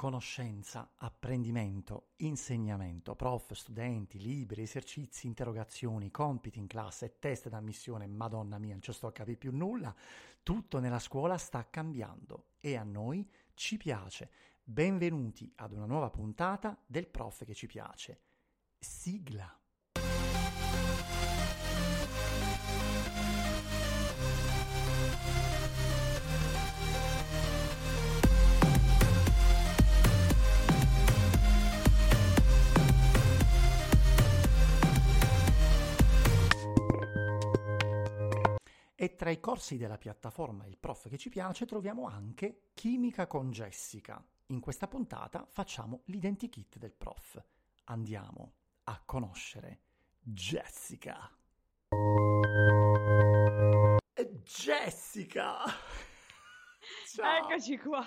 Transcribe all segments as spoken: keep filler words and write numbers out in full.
Conoscenza, apprendimento, insegnamento, prof, studenti, libri, esercizi, interrogazioni, compiti in classe, test d'ammissione, madonna mia, non ci sto a capire più nulla, tutto nella scuola sta cambiando e a noi ci piace. Benvenuti ad una nuova puntata del Prof che ci piace. Sigla. E tra i corsi della piattaforma Il Prof che ci piace troviamo anche Chimica con Jessica. In questa puntata facciamo l'identikit del prof. Andiamo a conoscere Jessica. Jessica! Ciao! Eccoci qua!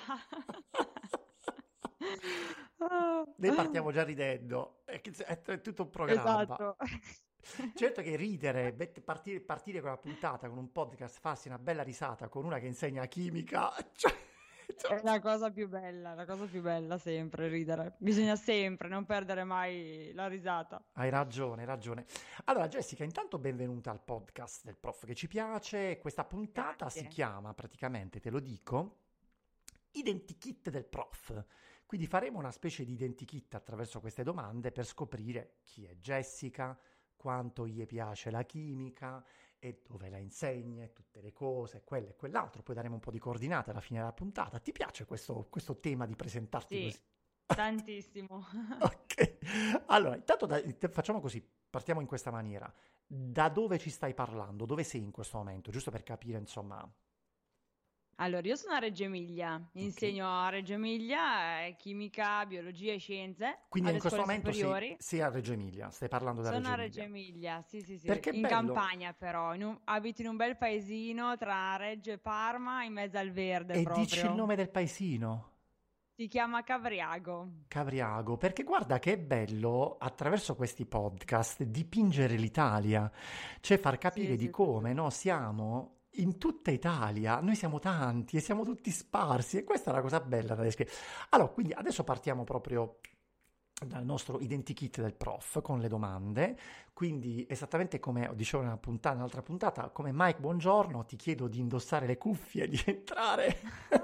Noi partiamo già ridendo, è, è, è tutto un programma. Esatto. Certo che ridere, partire, partire con la puntata, con un podcast, farsi una bella risata con una che insegna chimica, cioè, cioè... è la cosa più bella, la cosa più bella sempre, ridere. Bisogna sempre non perdere mai la risata. Hai ragione, hai ragione. Allora Jessica, intanto benvenuta al podcast del Prof che ci piace. Questa puntata Grazie. si chiama, praticamente, te lo dico, Identikit del Prof. Quindi faremo una specie di identikit attraverso queste domande per scoprire chi è Jessica, quanto gli piace la chimica e dove la insegna e tutte le cose, quello e quell'altro. Poi daremo un po' di coordinate alla fine della puntata. Ti piace questo, questo tema di presentarti Sì, così? tantissimo. Ok, allora intanto da- facciamo così, partiamo in questa maniera. Da dove ci stai parlando? Dove sei in questo momento? Giusto per capire, insomma. Allora, io sono a Reggio Emilia, insegno a Reggio Emilia eh, chimica, biologia e scienze Quindi in alle questo scuole momento sei, superiori. sei a Reggio Emilia, stai parlando da Sono Reggio a Reggio Emilia. Emilia, sì, sì, sì, Perché è in bello campagna però, in un- abito in un bel paesino tra Reggio e Parma, in mezzo al verde e dici il proprio. nome del paesino? Si chiama Cavriago. Cavriago, perché guarda che è bello attraverso questi podcast dipingere l'Italia, cioè far capire Sì, di sì, sì, come sì. no, siamo in tutta Italia, noi siamo tanti e siamo tutti sparsi e questa è la cosa bella da descrivere. Allora, quindi adesso partiamo proprio dal nostro identikit del prof con le domande, quindi esattamente come dicevo nella puntata, nell'altra puntata, come Mike Buongiorno ti chiedo di indossare le cuffie e di entrare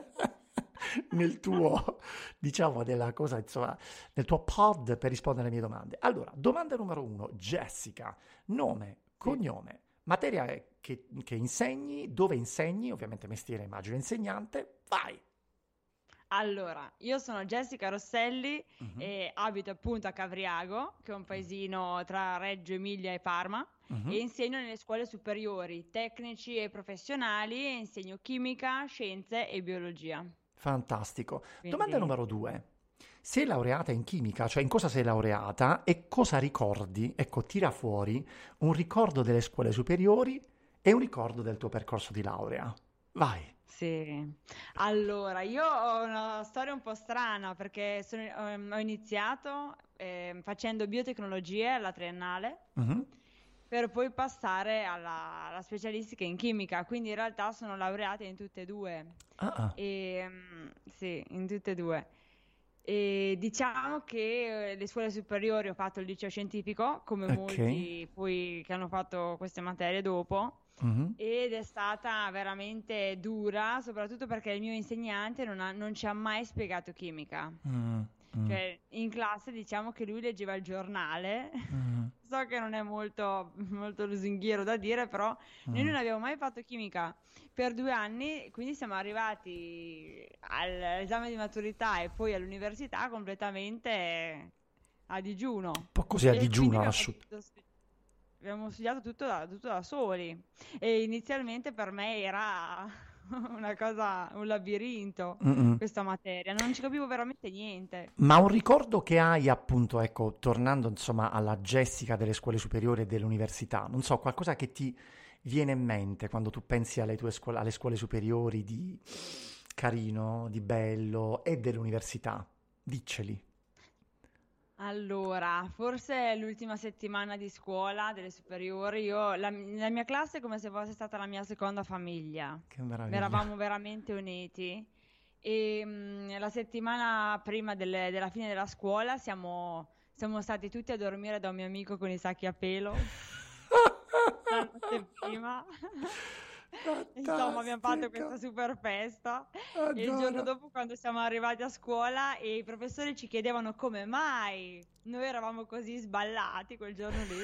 nel tuo, diciamo, della cosa, insomma, nel tuo pod per rispondere alle mie domande. Allora, domanda numero uno, Jessica, nome, Sì. cognome, materia che, che insegni, dove insegni, ovviamente mestiere immagino insegnante, vai. Allora, io sono Jessica Rosselli Mhm, e abito appunto a Cavriago, che è un paesino tra Reggio Emilia e Parma, mhm. e insegno nelle scuole superiori, tecnici e professionali, e insegno chimica, scienze e biologia. Fantastico. Domanda Quindi numero sì. due. Sei laureata in chimica, cioè in cosa sei laureata e cosa ricordi? Ecco, tira fuori un ricordo delle scuole superiori e un ricordo del tuo percorso di laurea. Vai. Sì, allora io ho una storia un po' strana perché sono- ehm, ho iniziato ehm, facendo biotecnologie alla triennale Mhm. per poi passare alla, alla specialistica in chimica, quindi in realtà sono laureata in tutte e due. Ah, ah. E, mm, sì, in tutte e due. E diciamo che eh, le scuole superiori ho fatto il liceo scientifico, come Ok. molti poi che hanno fatto queste materie dopo, Mhm. ed è stata veramente dura, soprattutto perché il mio insegnante non ha- non ci ha mai spiegato chimica. Mm, mm, Cioè, in classe diciamo che lui leggeva il giornale. mm, So che non è molto, molto lusinghiero da dire, però noi mm. non abbiamo mai fatto chimica per due anni, quindi siamo arrivati all'esame di maturità e poi all'università completamente a digiuno. Un po' così a E quindi digiuno abbiamo all'asciutto. dovuto stu- abbiamo studiato tutto da, tutto da soli. E inizialmente per me era una cosa, un labirinto, Mm, mm. questa materia. Non ci capivo veramente niente. Ma un ricordo che hai appunto, ecco, tornando insomma alla Jessica delle scuole superiori e dell'università, non so, qualcosa che ti viene in mente quando tu pensi alle tue scuole, alle scuole superiori di carino, di bello e dell'università? Dicceli. Allora, forse l'ultima settimana di scuola delle superiori, io, la, la mia classe è come se fosse stata la mia seconda famiglia. Che meraviglia. Eravamo veramente uniti e mh, la settimana prima delle- della fine della scuola siamo, siamo stati tutti a dormire da un mio amico con i sacchi a pelo la notte prima. Insomma, abbiamo fatto Fantastico, questa super festa e il giorno adoro. dopo, quando siamo arrivati a scuola, e i professori ci chiedevano come mai noi eravamo così sballati quel giorno lì.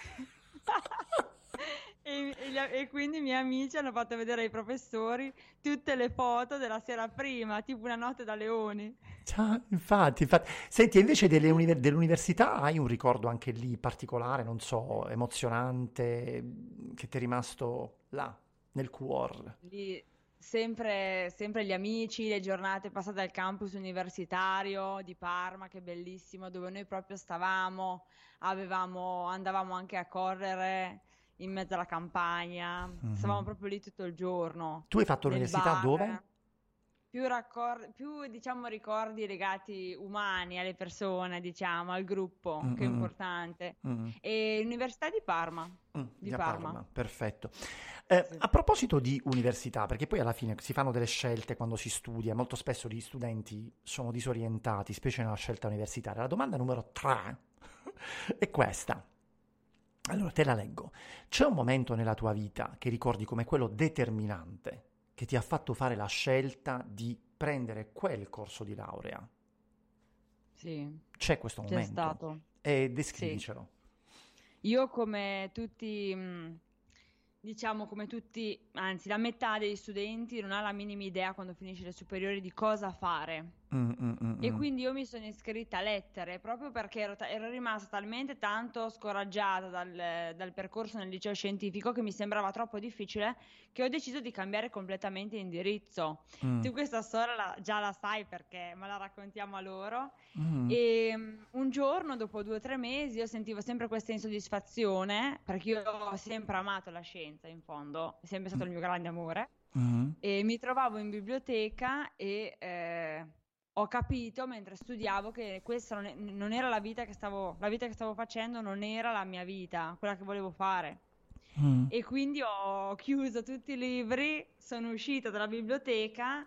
E, e gli- e quindi i miei amici hanno fatto vedere ai professori tutte le foto della sera prima, tipo una notte da leoni. Già, infatti, infatti. Senti, invece delle univer- dell'università hai un ricordo anche lì particolare, non so, emozionante, che ti è rimasto là, nel cuore? Lì sempre, sempre gli amici, le giornate passate al campus universitario di Parma, che è bellissimo, dove noi proprio stavamo, avevamo, andavamo anche a correre in mezzo alla campagna, stavamo Mhm. proprio lì tutto il giorno, Tu hai fatto nel l'università dove? bar. Più, raccor- più diciamo ricordi legati umani alle persone, diciamo, al gruppo, Mm, che è mm, importante. mm, mm. E l'Università di Parma, Mm, di a Parma. Parma, perfetto. Eh, Sì. a proposito di università, perché poi alla fine si fanno delle scelte quando si studia, molto spesso gli studenti sono disorientati, specie nella scelta universitaria. La domanda numero tre è questa. Allora, te la leggo. C'è un momento nella tua vita che ricordi come quello determinante che ti ha fatto fare la scelta di prendere quel corso di laurea? Sì, C'è questo c'è momento? stato. E Sì. descrivicelo. Io come tutti, mh, diciamo come tutti, anzi la metà degli studenti non ha la minima idea quando finisce le superiori di cosa fare. Mm, mm, mm, E mm. quindi io mi sono iscritta a lettere proprio perché ero, ta- ero rimasta talmente tanto scoraggiata dal, dal percorso nel liceo scientifico che mi sembrava troppo difficile, che ho deciso di cambiare completamente indirizzo. Mm, Tu questa storia la- già la sai perché me la raccontiamo a loro. mm, E mm, un giorno, dopo due o tre mesi, io sentivo sempre questa insoddisfazione, perché io ho sempre amato la scienza, in fondo, è sempre stato il mio grande amore. mm, E mi trovavo in biblioteca e eh, ho capito mentre studiavo che questa non, è- non era la vita che stavo, la vita che stavo facendo, non era la mia vita, quella che volevo fare. mm. E quindi ho chiuso tutti i libri, sono uscita dalla biblioteca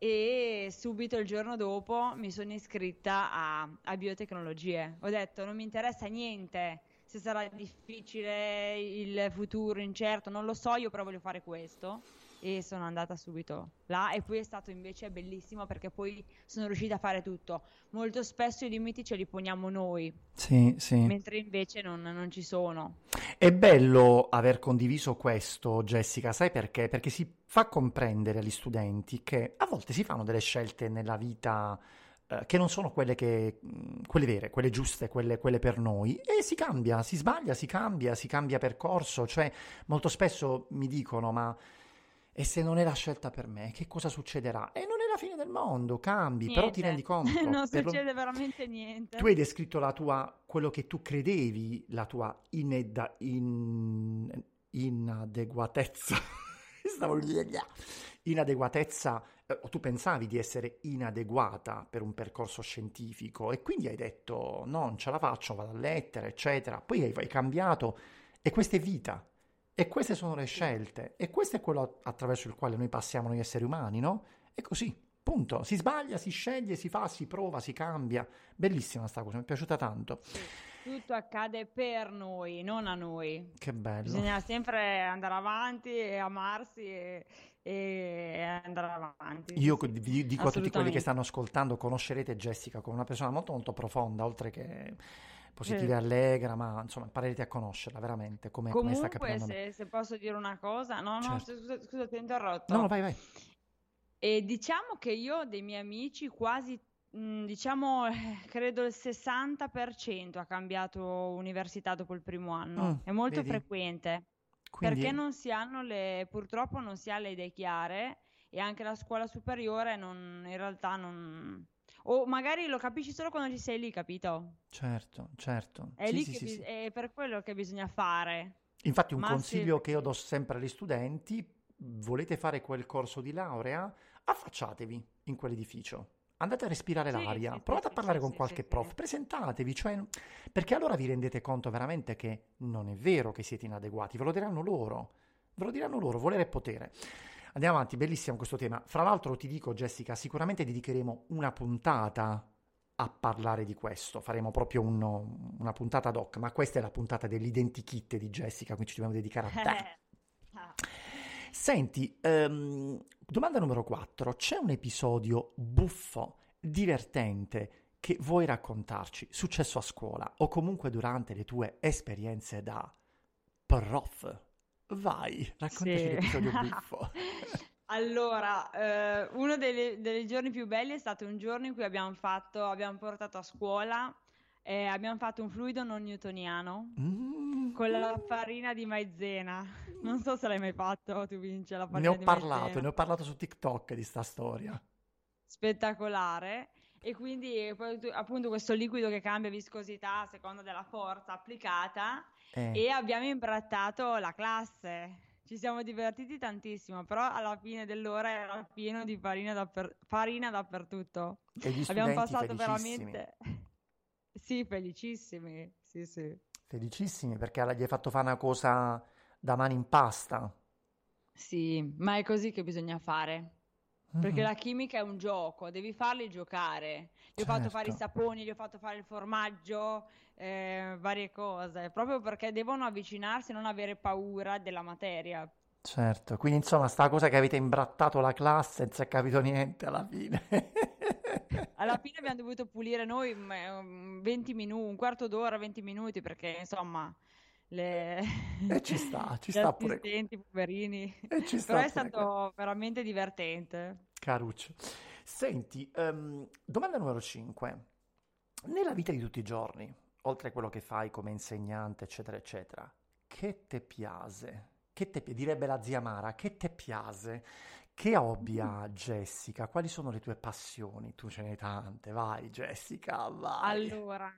e subito il giorno dopo mi sono iscritta a, a biotecnologie. Ho detto non mi interessa niente se sarà difficile il futuro incerto, non lo so, io però voglio fare questo. E sono andata subito là e poi è stato invece bellissimo perché poi sono riuscita a fare tutto. Molto spesso i limiti ce li poniamo noi, Sì, sì. mentre invece non, non ci sono. È bello aver condiviso questo, Jessica, sai perché? Perché si fa comprendere agli studenti che a volte si fanno delle scelte nella vita eh, che non sono quelle che, mh, quelle vere, quelle giuste, quelle, quelle per noi, e si cambia, si sbaglia, si cambia, si cambia percorso, cioè molto spesso mi dicono, ma e se non è la scelta per me, che cosa succederà? E non è la fine del mondo, cambi, però ti rendi Niente, conto, non per lo- succede veramente tu niente. hai descritto la tua, quello che tu credevi, la tua ineda- in- inadeguatezza. Stavo inadeguatezza, eh, o tu pensavi di essere inadeguata per un percorso scientifico e quindi hai detto no, non ce la faccio, vado a lettere, eccetera. Poi hai, hai cambiato e questa è vita. E queste sono le Sì, scelte, e questo è quello attraverso il quale noi passiamo noi esseri umani, no? È così, punto. Si sbaglia, si sceglie, si fa, si prova, si cambia. Bellissima sta cosa, mi è piaciuta tanto. sì. Tutto accade per noi, non a noi. Che bello. Bisogna sempre andare avanti e amarsi e, e andare avanti. Sì, Io co- sì, vi dico a tutti quelli che assolutamente. stanno ascoltando, conoscerete Jessica come una persona molto molto profonda, oltre che positiva Eh, e allegra, ma insomma imparerete a conoscerla veramente, come, come sta Comunque, capitando a me. se, se posso dire una cosa, no, no, Certo. scusa, scusa, ti ho No, no, interrotto. vai, vai. E diciamo che io ho dei miei amici quasi, mh, diciamo, eh, credo il sessanta per cento ha cambiato università dopo il primo Mm, anno. È molto vedi? frequente perché Quindi, non si hanno le, purtroppo non si ha le idee chiare e anche la scuola superiore non, in realtà non... O magari lo capisci solo quando ci sei lì, capito? certo, certo. È Sì, lì sì, che sì, bis- sì. è per quello che bisogna fare. Infatti un Ma se... consiglio che io do sempre agli studenti, volete fare quel corso di laurea? Affacciatevi in quell'edificio. Andate a respirare Sì, l'aria, sì, sì, provate a sì, parlare sì, con sì, sì, qualche sì. prof, presentatevi, cioè, perché allora vi rendete conto veramente che non è vero che siete inadeguati, ve lo diranno loro, ve lo diranno loro, volere e potere. Andiamo avanti, bellissimo questo tema. Fra l'altro ti dico, Jessica, sicuramente dedicheremo una puntata a parlare di questo. Faremo proprio un- una puntata ad hoc, ma questa è la puntata dell'identikit di Jessica, quindi ci dobbiamo dedicare a te. Ah. Senti, ehm, domanda numero quattro. C'è un episodio buffo, divertente, che vuoi raccontarci, successo a scuola o comunque durante le tue esperienze da prof? Vai, raccontaci Sì. l'episodio buffo. Allora, eh, uno dei, dei giorni più belli è stato un giorno in cui abbiamo fatto, abbiamo portato a scuola, eh, abbiamo fatto un fluido non newtoniano Mm. con la farina di maizena. Non so se l'hai mai fatto, tu vince la Ne farina ho di parlato, maizena. ne ho parlato su TikTok di sta storia. Spettacolare. E quindi poi tu- appunto questo liquido che cambia viscosità a seconda della forza applicata Eh, e abbiamo imbrattato la classe. Ci siamo divertiti tantissimo, però alla fine dell'ora era pieno di farina, dapper- farina dappertutto. e gli Abbiamo studenti passato felicissimi, veramente... Sì, felicissimi. Sì, sì. felicissimi perché gli hai fatto fare una cosa da mani in pasta. Sì, ma è così che bisogna fare. Perché Mhm, la chimica è un gioco, devi farli giocare. Gli ho fatto fare i certo. saponi, gli ho fatto fare il formaggio, eh, varie cose, proprio perché devono avvicinarsi e non avere paura della materia. Certo, quindi insomma sta cosa che avete imbrattato la classe non si è capito niente alla fine. Alla fine abbiamo dovuto pulire noi mm, eh, un venti minuti, un quarto d'ora, venti minuti, perché insomma le- E ci sta, ci gli sta pure, assistenti, poverini. e ci Però sta è pure quello. stato veramente divertente. Caruccio. Senti, ehm, domanda numero cinque. Nella vita di tutti i giorni, oltre a quello che fai come insegnante, eccetera, eccetera, che te piace? Che te, pi- direbbe la zia Mara, che te piace? Che hobby ha Jessica? Quali sono le tue passioni? Tu ce ne hai tante, vai Jessica, vai. Allora,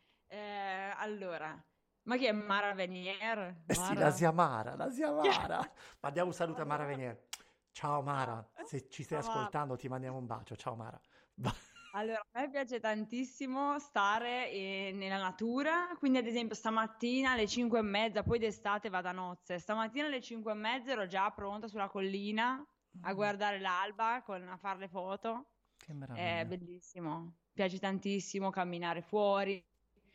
eh, allora, ma chi è Mara Venier? Eh sì, la Mara? zia Mara, la zia Chi è? Mara. Mandiamo un saluto a Mara Allora, Venier. Ciao ciao. Mara, se ci stai Ciao, Mara. ascoltando ti mandiamo un bacio. Ciao Mara. Va- Allora, a me piace tantissimo stare eh, nella natura, quindi ad esempio stamattina alle cinque e mezza, poi d'estate vado a nozze, stamattina alle cinque e mezza ero già pronta sulla collina a Mm, guardare l'alba, con- a fare le foto, che è meraviglia. bellissimo, piace tantissimo camminare fuori.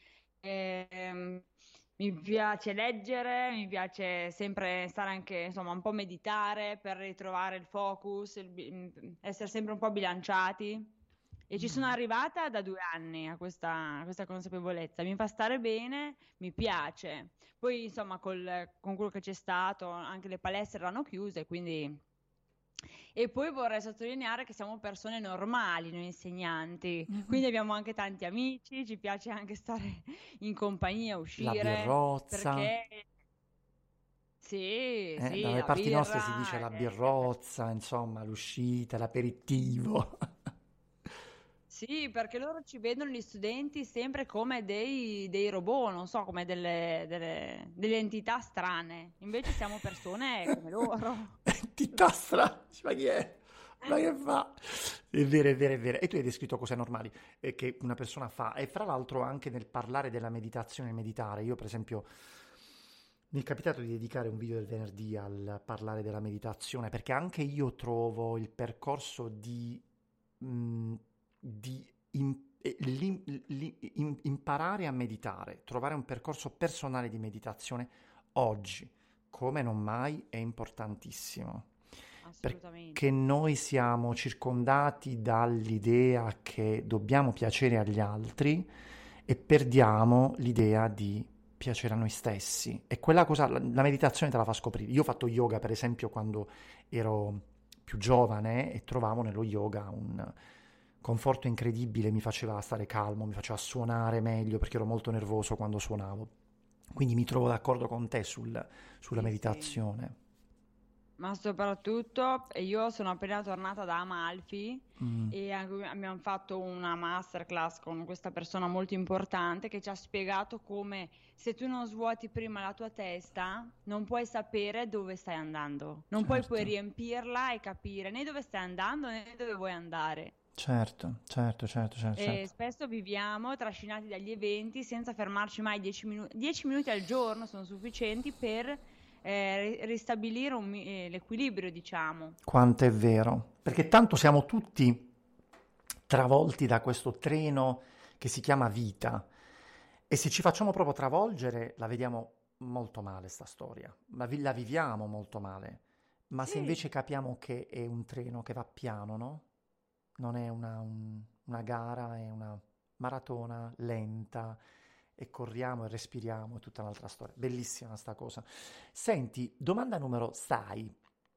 Ehm, Mi piace leggere, mi piace sempre stare anche, insomma, un po' meditare per ritrovare il focus, il bi- mm, essere sempre un po' bilanciati. E ci sono Mm. arrivata da due anni a questa, a questa consapevolezza. Mi fa stare bene, mi piace. Poi, insomma, col- con quello che c'è stato, anche le palestre erano chiuse, quindi... E poi vorrei sottolineare che siamo persone normali, noi insegnanti, Mhm. quindi abbiamo anche tanti amici, ci piace anche stare in compagnia, La uscire, birrozza. perché sì, Eh, sì, dalle la parti nostre si dice birra la è, birrozza, insomma, l'uscita, l'aperitivo. sì, perché loro ci vedono gli studenti sempre come dei, dei robot, non so, come delle, delle- delle entità strane. Invece siamo persone come loro. Ti tastra. Ma chi è? Ma che fa? È vero, è vero, è vero. E tu hai descritto cose normali eh, che una persona fa. E fra l'altro anche nel parlare della meditazione e meditare. Io, per esempio, mi è capitato di dedicare un video del venerdì al parlare della meditazione, perché anche io trovo il percorso di, mh, di im- eh, lim- li- im- imparare a meditare, trovare un percorso personale di meditazione oggi, come non mai, è importantissimo. Perché Assolutamente. noi siamo circondati dall'idea che dobbiamo piacere agli altri e perdiamo l'idea di piacere a noi stessi. E quella cosa, la, la meditazione te la fa scoprire. Io ho fatto yoga, per esempio, quando ero più giovane e trovavo nello yoga un conforto incredibile, mi faceva stare calmo, mi faceva suonare meglio perché ero molto nervoso quando suonavo. Quindi mi trovo d'accordo con te sul- sulla Sì, sì. meditazione. Ma soprattutto eh, io sono appena tornata da Amalfi Mm, e anche- abbiamo fatto una masterclass con questa persona molto importante che ci ha spiegato come se tu non svuoti prima la tua testa, non puoi sapere dove stai andando, non puoi poi certo, riempirla e capire né dove stai andando né dove vuoi andare. certo, certo, certo, certo, E certo. spesso viviamo trascinati dagli eventi senza fermarci mai dieci minuti, dieci minuti al giorno sono sufficienti per eh, ristabilire un mi- eh, l'equilibrio, diciamo. Quanto è vero, perché tanto siamo tutti travolti da questo treno che si chiama vita e se ci facciamo proprio travolgere la vediamo molto male sta storia, la, vi- la viviamo molto male, ma se Sì, invece capiamo che è un treno che va piano, no? Non è una, un- una gara, è una maratona lenta e corriamo e respiriamo, è tutta un'altra storia. Bellissima sta cosa. Senti, domanda numero sei.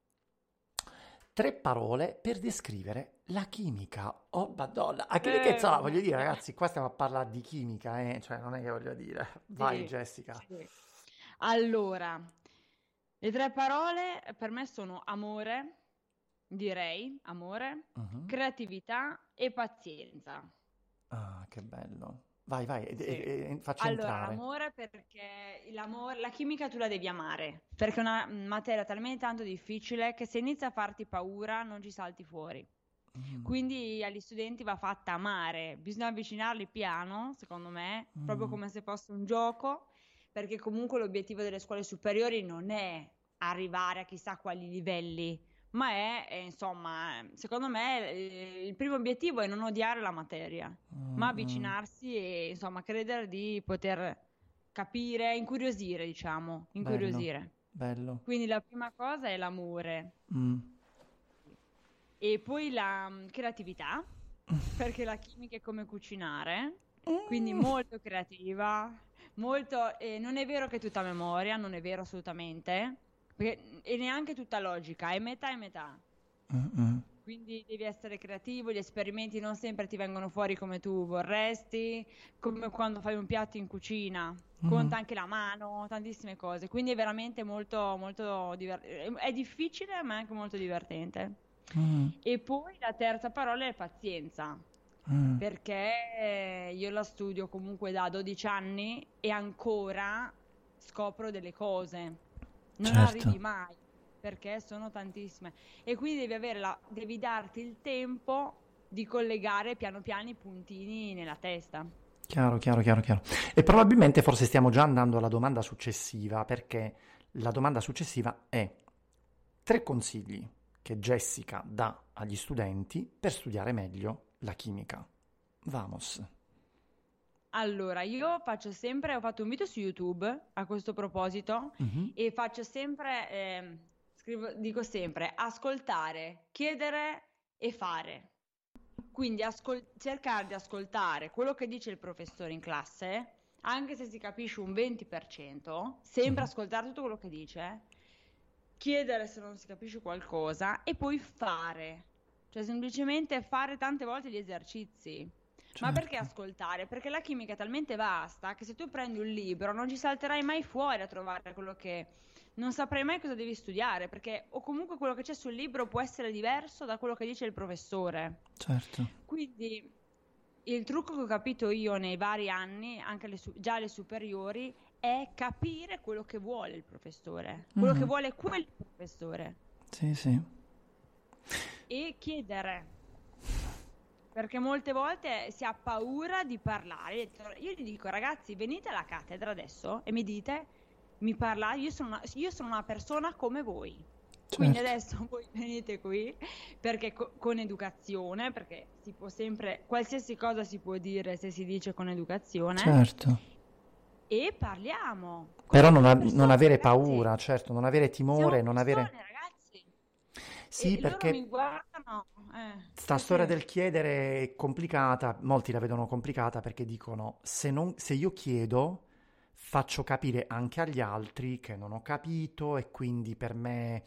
Tre parole per descrivere la chimica. Oh, Madonna, anche perché, Eh, insomma, voglio dire, vabbè. ragazzi, qua stiamo a parlare di chimica, eh? Cioè, non è che voglio dire. Vai, Sì, Jessica. sì. Allora, le tre parole per me sono amore, direi, amore, Mhm. creatività e pazienza. Ah, che bello. Vai, vai, e, Sì. e- e- facci Allora, entrare. l'amore perché l'amore, la chimica tu la devi amare, perché è una materia talmente tanto difficile che se inizia a farti paura non ci salti fuori. Mm, Quindi agli studenti va fatta amare, bisogna avvicinarli piano, secondo me, proprio mm, come se fosse un gioco, perché comunque l'obiettivo delle scuole superiori non è arrivare a chissà quali livelli, ma è, eh, insomma, secondo me, eh, il primo obiettivo è non odiare la materia, mm, ma mm. avvicinarsi e, insomma, credere di poter capire, incuriosire, diciamo, Bello, incuriosire. bello. Quindi la prima cosa è l'amore. Mm. E poi la mm, creatività, perché la chimica è come cucinare, quindi Mm. molto creativa, molto, eh, non è vero che è tutta memoria, non è vero assolutamente, perché- e neanche tutta logica, è metà e metà. Mm, mm, Quindi devi essere creativo, gli esperimenti non sempre ti vengono fuori come tu vorresti, come quando fai un piatto in cucina, mm, conta anche la mano, tantissime cose. Quindi è veramente molto, molto divertente. È difficile, ma è anche molto divertente. mm, E poi la terza parola è pazienza, mm. perché io la studio comunque da dodici anni e ancora scopro delle cose. Non Certo. arrivi mai, perché sono tantissime. E quindi devi avere la, devi darti il tempo di collegare piano piano i puntini nella testa. Chiaro, chiaro, chiaro, chiaro. E probabilmente forse stiamo già andando alla domanda successiva, perché la domanda successiva è tre consigli che Jessica dà agli studenti per studiare meglio la chimica. Vamos. Allora, io faccio sempre, ho fatto un video su YouTube a questo proposito Mhm, e faccio sempre, ehm, scrivo, dico sempre, ascoltare, chiedere e fare. Quindi ascol- cercare di ascoltare quello che dice il professore in classe, anche se si capisce un venti per cento, sempre mhm. ascoltare tutto quello che dice, chiedere se non si capisce qualcosa e poi fare. Cioè semplicemente fare tante volte gli esercizi. Ma perché Certo. ascoltare? Perché la chimica è talmente vasta che se tu prendi un libro non ci salterai mai fuori a trovare quello che... Non saprai mai cosa devi studiare, perché o comunque quello che c'è sul libro può essere diverso da quello che dice il professore. Certo. Quindi il trucco che ho capito io nei vari anni, anche alle su- già alle superiori, è capire quello che vuole il professore, quello che Mhm. vuole quel professore Sì, sì. e chiedere. Perché molte volte si ha paura di parlare. Io gli dico, ragazzi, venite alla cattedra adesso e mi dite, mi parlate, io sono una, io sono una persona come voi. Quindi Certo. adesso voi venite qui perché co- con educazione, perché si può sempre, qualsiasi cosa si può dire se si dice con educazione, Certo. e parliamo Però come non, due a- non persone, avere ragazzi. paura, certo, non avere Siamo timore, non avere... persone, ragazzi. Sì, E loro mi perché guardano. Eh, sta sì, storia sì. del chiedere è complicata, molti la vedono complicata perché dicono se, non- se io chiedo faccio capire anche agli altri che non ho capito e quindi per me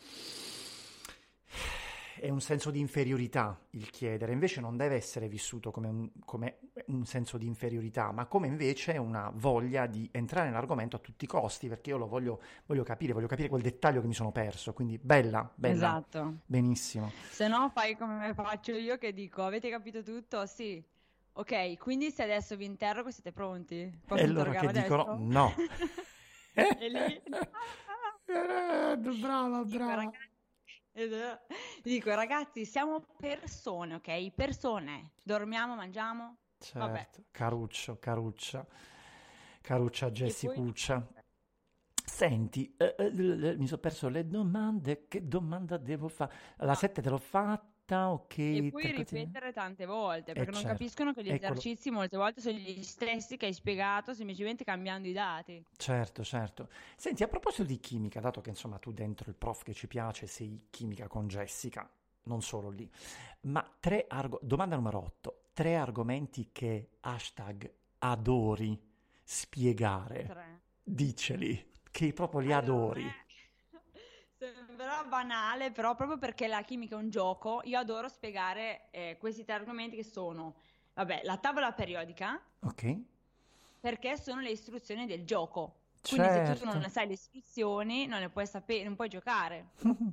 è un senso di inferiorità il chiedere, invece non deve essere vissuto come un, come un senso di inferiorità, ma come invece una voglia di entrare nell'argomento a tutti i costi, perché io lo voglio, voglio capire, voglio capire quel dettaglio che mi sono perso, quindi bella, bella, Esatto. benissimo. Se no, fai come faccio io che dico, avete capito tutto? Sì. Ok, quindi se adesso vi interrogo, siete pronti? E Posso loro che interrogare dicono adesso? no. E lì... Eh, brava, Dico, brava. ragazzi, dico, ragazzi, siamo persone, ok? Persone. Dormiamo, mangiamo? Vabbè. Certo, Caruccio, Caruccia, Caruccia E poi... Jessicuccia. Senti, eh, eh, l- l- mi sono perso le domande, che domanda devo fare? La No. sette te l'ho fatta, E ok, poi tre cose... ripetere tante volte, Eh perché non certo, capiscono che gli eccolo. esercizi molte volte sono gli stessi che hai spiegato, semplicemente cambiando i dati. Certo, certo. Senti, a proposito di chimica, dato che insomma tu dentro il prof che ci piace sei chimica con Jessica, non solo lì, ma tre argo- domanda numero otto, tre argomenti che hashtag adori spiegare, Tre. diceli, che proprio li Allora, a adori. me sembrerà banale, però proprio perché la chimica è un gioco, io adoro spiegare eh, questi tre argomenti che sono, vabbè, la tavola periodica, Ok? perché sono le istruzioni del gioco. Quindi se tu non Certo. sai le istruzioni, non le puoi sapere, non puoi giocare.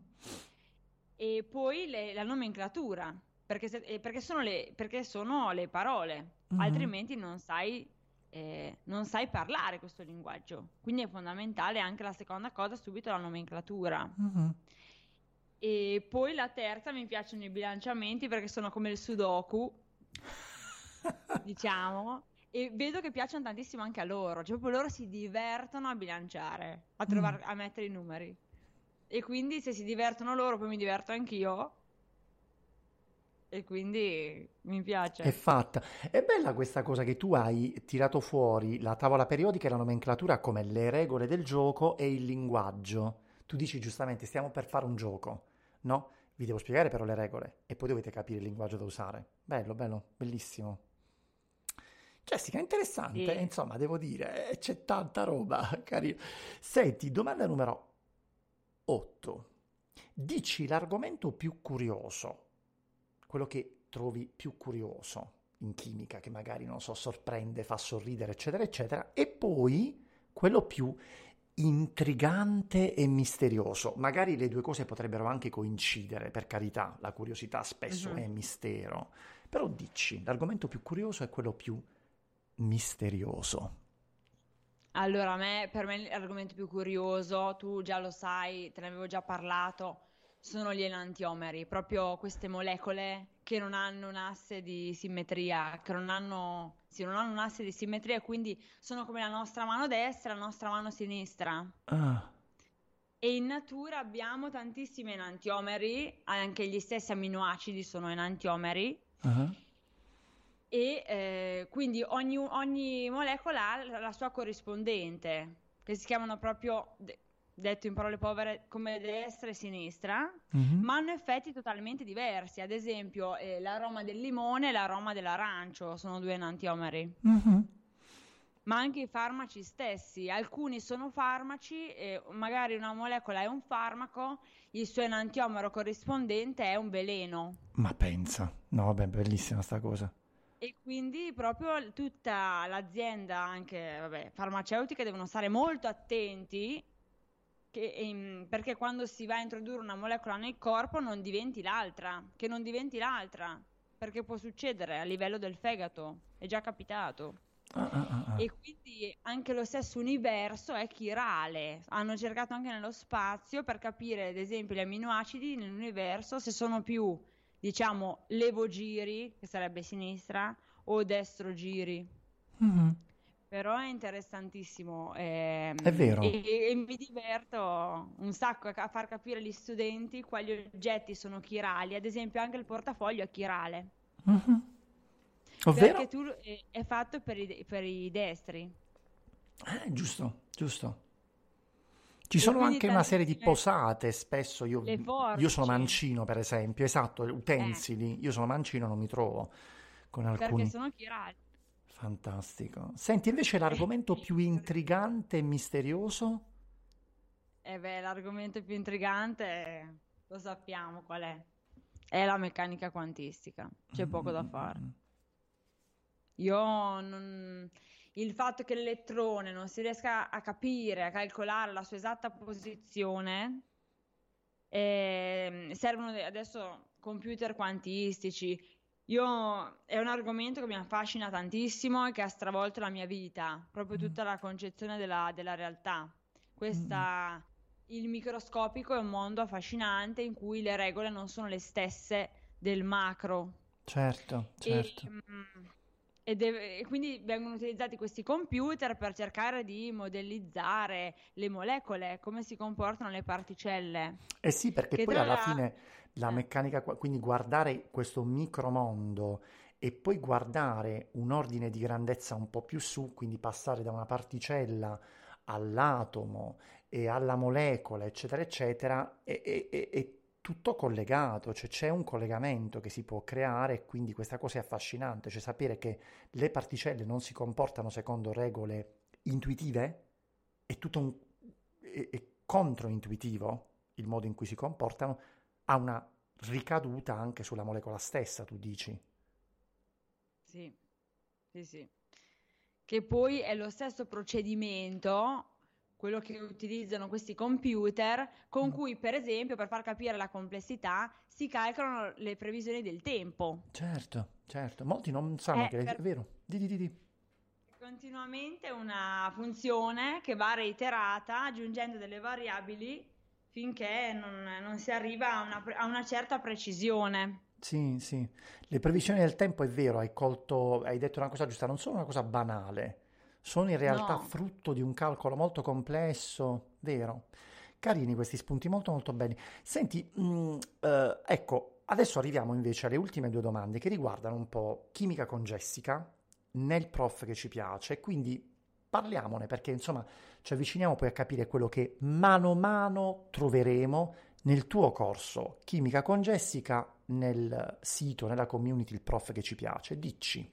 E poi le- la nomenclatura, perché, se- eh, perché sono le, perché sono le parole, Mhm, altrimenti non sai, eh, non sai parlare questo linguaggio. Quindi è fondamentale anche la seconda cosa, subito la nomenclatura. mhm. E poi la terza mi piacciono i bilanciamenti perché sono come il Sudoku, diciamo, e vedo che piacciono tantissimo anche a loro, cioè proprio loro si divertono a bilanciare, a Mm. trovare, a mettere i numeri. E quindi se si divertono loro, poi mi diverto anch'io, e quindi mi È piace. fatta. È bella questa cosa che tu hai tirato fuori la tavola periodica e la nomenclatura come le regole del gioco e il linguaggio. Tu dici giustamente, stiamo per fare un gioco, no? Vi devo spiegare però le regole e poi dovete capire il linguaggio da usare. Bello, bello, bellissimo. Jessica, interessante, Sì. insomma, devo dire, eh, c'è tanta roba, carino. Senti, domanda numero otto. Dici l'argomento più curioso, quello che trovi più curioso in chimica, che magari, non so, sorprende, fa sorridere, eccetera, eccetera, e poi quello più intrigante e misterioso. Magari le due cose potrebbero anche coincidere, per carità, la curiosità spesso Mhm. è mistero, però dici, l'argomento più curioso è quello più misterioso. Allora, a me, per me l'argomento più curioso, tu già lo sai, te ne avevo già parlato, sono gli enantiomeri, proprio queste molecole che non hanno un asse di simmetria, che non hanno, sì, non hanno un asse di simmetria, e quindi sono come la nostra mano destra e la nostra mano sinistra. Ah, E in natura abbiamo tantissimi enantiomeri, anche gli stessi amminoacidi sono enantiomeri, ah, e eh, quindi ogni, ogni molecola ha la la sua corrispondente, che si chiamano proprio, de- detto in parole povere, come destra e sinistra, mhm, ma hanno effetti totalmente diversi. Ad esempio, eh, l'aroma del limone e l'aroma dell'arancio sono due enantiomeri. mhm. Ma anche i farmaci stessi, alcuni sono farmaci e magari una molecola è un farmaco, il suo enantiomero corrispondente è un veleno. Ma pensa, no, vabbè, bellissima sta cosa. E quindi proprio l- tutta l'azienda, anche vabbè, farmaceutica, devono stare molto attenti che- ehm, perché quando si va a introdurre una molecola nel corpo non diventi l'altra, che non diventi l'altra, perché può succedere a livello del fegato, è già capitato. Ah, ah, ah, ah. E quindi anche lo stesso universo è chirale. Hanno cercato anche nello spazio per capire, ad esempio, gli amminoacidi nell'universo se sono più, diciamo, levogiri, che sarebbe sinistra, o destrogiri. Mhm. Però è interessantissimo È ehm, vero. e, e mi diverto un sacco a a far capire agli studenti quali oggetti sono chirali. Ad esempio, anche il portafoglio è chirale, Mhm. Ovvero? perché tu, è, è fatto per i, per i destri. Eh, giusto, giusto. Ci E sono quindi anche una serie di tantissime posate, spesso io, le io sono forbici, mancino per esempio, esatto, eh, utensili, io sono mancino, non mi trovo con perché alcuni. sono chirali. Fantastico. Senti invece l'argomento più intrigante e misterioso? E beh, l'argomento più intrigante è- lo sappiamo qual è. È la meccanica quantistica. C'è poco da fare. Mm, Io non... Il fatto che l'elettrone non si riesca a capire, a calcolare la sua esatta posizione, ehm, servono adesso computer quantistici. Io, è un argomento che mi affascina tantissimo e che ha stravolto la mia vita, proprio tutta la concezione della, della realtà. mm, Questa, il microscopico è un mondo affascinante in cui le regole non sono le stesse del macro. certo, E, certo. mm, e, deve- e quindi vengono utilizzati questi computer per cercare di modellizzare le molecole, come si comportano le particelle, Eh sì, perché che poi tra alla l'altro... fine la meccanica, qua- quindi guardare questo micromondo e poi guardare un ordine di grandezza un po' più su, quindi passare da una particella all'atomo e alla molecola, eccetera, eccetera, è, è- è- è tutto collegato, cioè c'è un collegamento che si può creare e quindi questa cosa è affascinante, cioè sapere che le particelle non si comportano secondo regole intuitive, è tutto un, è, è controintuitivo il modo in cui si comportano, ha una ricaduta anche sulla molecola stessa, tu dici. Sì, sì, sì. Che poi è lo stesso procedimento, quello che utilizzano questi computer, con Mm. cui, per esempio, per far capire la complessità, si calcolano le previsioni del tempo. Certo, certo, molti non sanno È che è per vero. Di, di, di, di. continuamente una funzione che va reiterata aggiungendo delle variabili finché non, non si arriva a una, pre- a una certa precisione. Sì, sì. Le previsioni del tempo è vero, hai colto, hai detto una cosa giusta, non sono una cosa banale, sono in realtà No, frutto di un calcolo molto complesso, vero? Carini questi spunti, molto molto belli. Senti, mm, eh, ecco, adesso arriviamo invece alle ultime due domande che riguardano un po' chimica con Jessica nel prof che ci piace, quindi parliamone perché insomma ci avviciniamo poi a capire quello che mano a mano troveremo nel tuo corso Chimica con Jessica nel sito, nella community, il prof che ci piace. Dici.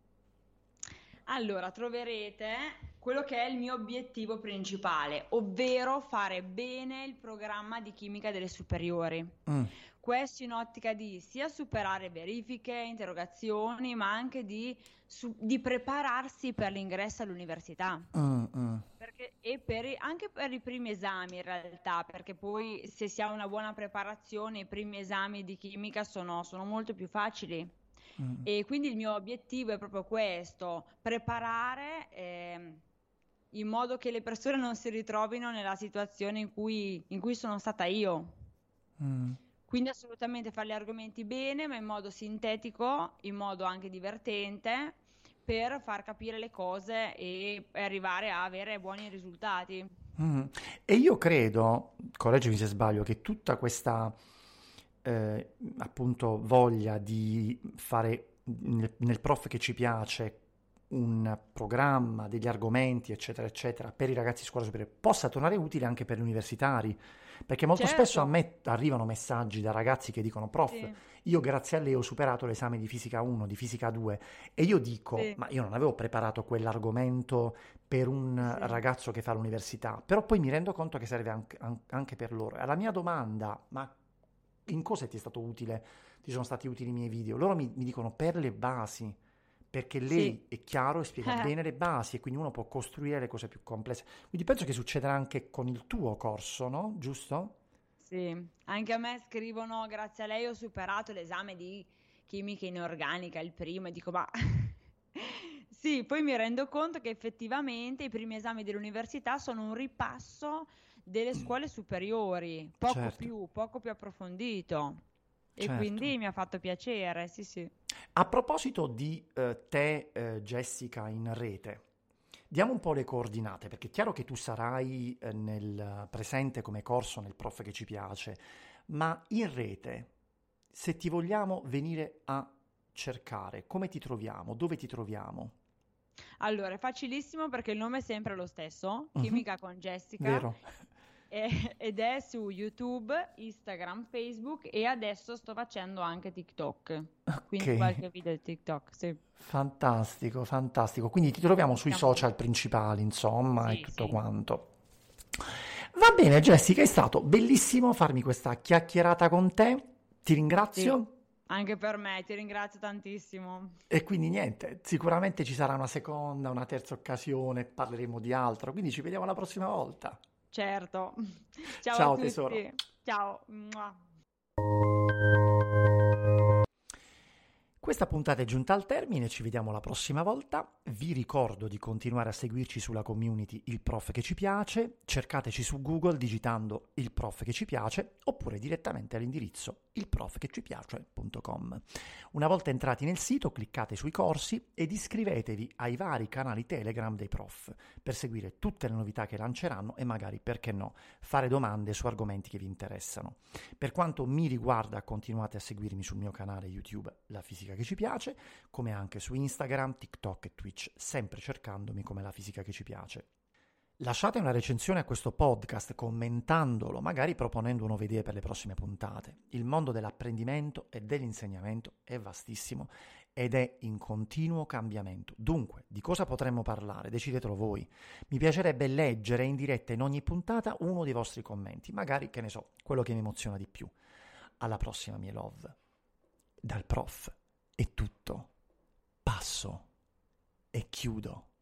allora troverete quello che è il mio obiettivo principale, ovvero fare bene il programma di chimica delle superiori. Mm, Questo in ottica di sia superare verifiche, interrogazioni, ma anche di, su- di prepararsi per l'ingresso all'università. mm, mm, Perché- e per i- anche per i primi esami in realtà, perché poi se si ha una buona preparazione, i primi esami di chimica sono, sono molto più facili. mm, E quindi il mio obiettivo è proprio questo, preparare ehm, in modo che le persone non si ritrovino nella situazione in cui, in cui sono stata io. mm. Quindi assolutamente fare gli argomenti bene, ma in modo sintetico, in modo anche divertente, per far capire le cose e arrivare a avere buoni risultati. Mm. E io credo, correggimi se sbaglio, che tutta questa eh, appunto voglia di fare nel, nel prof che ci piace un programma, degli argomenti, eccetera, eccetera, per i ragazzi di scuola superiore possa tornare utile anche per gli universitari. Perché molto spesso a Certo, me arrivano messaggi da ragazzi che dicono: Prof, sì, io grazie a lei ho superato l'esame di fisica uno, di fisica due, e io dico: sì, ma io non avevo preparato quell'argomento per un sì. ragazzo che fa l'università, però poi mi rendo conto che serve anche, an- anche per loro. E alla mia domanda: ma in cosa ti è stato utile? Ti sono stati utili i miei video? Loro mi, mi dicono per le basi, perché Sì. lei è chiaro e spiega bene le basi e quindi uno può costruire le cose più complesse. Quindi penso che succederà anche con il tuo corso, no? Giusto? Sì, anche a me scrivono, grazie a lei ho superato l'esame di chimica inorganica, il primo, e dico, ma sì, poi mi rendo conto che effettivamente i primi esami dell'università sono un ripasso delle scuole superiori, poco Certo, più, poco più approfondito. E certo. quindi mi ha fatto piacere, sì, sì. A proposito di eh, te, eh, Jessica, in rete, diamo un po' le coordinate, perché è chiaro che tu sarai eh, nel presente come corso nel prof che ci piace, ma in rete, se ti vogliamo venire a cercare, come ti troviamo? Dove ti troviamo? Allora, è facilissimo perché il nome è sempre lo stesso, Mhm, Chimica con Jessica, vero? e- ed è su YouTube, Instagram, Facebook e adesso sto facendo anche TikTok. Ok, Quindi qualche video di TikTok, sì. fantastico, fantastico. Quindi ti troviamo sui Siamo... social principali, insomma, e Sì, tutto sì, quanto. Va bene, Jessica, è stato bellissimo farmi questa chiacchierata con te. Ti sì. ringrazio. Anche per me, ti ringrazio tantissimo. E quindi niente, sicuramente ci sarà una seconda, una terza occasione, parleremo di altro, quindi ci vediamo la prossima volta. Certo. Ciao a Ciao tesoro. tutti. Ciao. Mua. Questa puntata è giunta al termine, ci vediamo la prossima volta. Vi ricordo di continuare a seguirci sulla community Il Prof che ci piace, cercateci su Google digitando Il Prof che ci piace oppure direttamente all'indirizzo il prof che ci piace punto com. Una volta entrati nel sito, cliccate sui corsi ed iscrivetevi ai vari canali Telegram dei prof per seguire tutte le novità che lanceranno e magari, perché no, fare domande su argomenti che vi interessano. Per quanto mi riguarda, continuate a seguirmi sul mio canale YouTube La Fisica che ci piace, come anche su Instagram, TikTok e Twitch, sempre cercandomi come La Fisica che ci piace. Lasciate una recensione a questo podcast commentandolo, magari proponendo nuove idee per le prossime puntate. Il mondo dell'apprendimento e dell'insegnamento è vastissimo ed è in continuo cambiamento. Dunque, di cosa potremmo parlare? Decidetelo voi. Mi piacerebbe leggere in diretta in ogni puntata uno dei vostri commenti, magari, che ne so, quello che mi emoziona di più. Alla prossima, mie love. Dal prof è tutto. Passo e chiudo.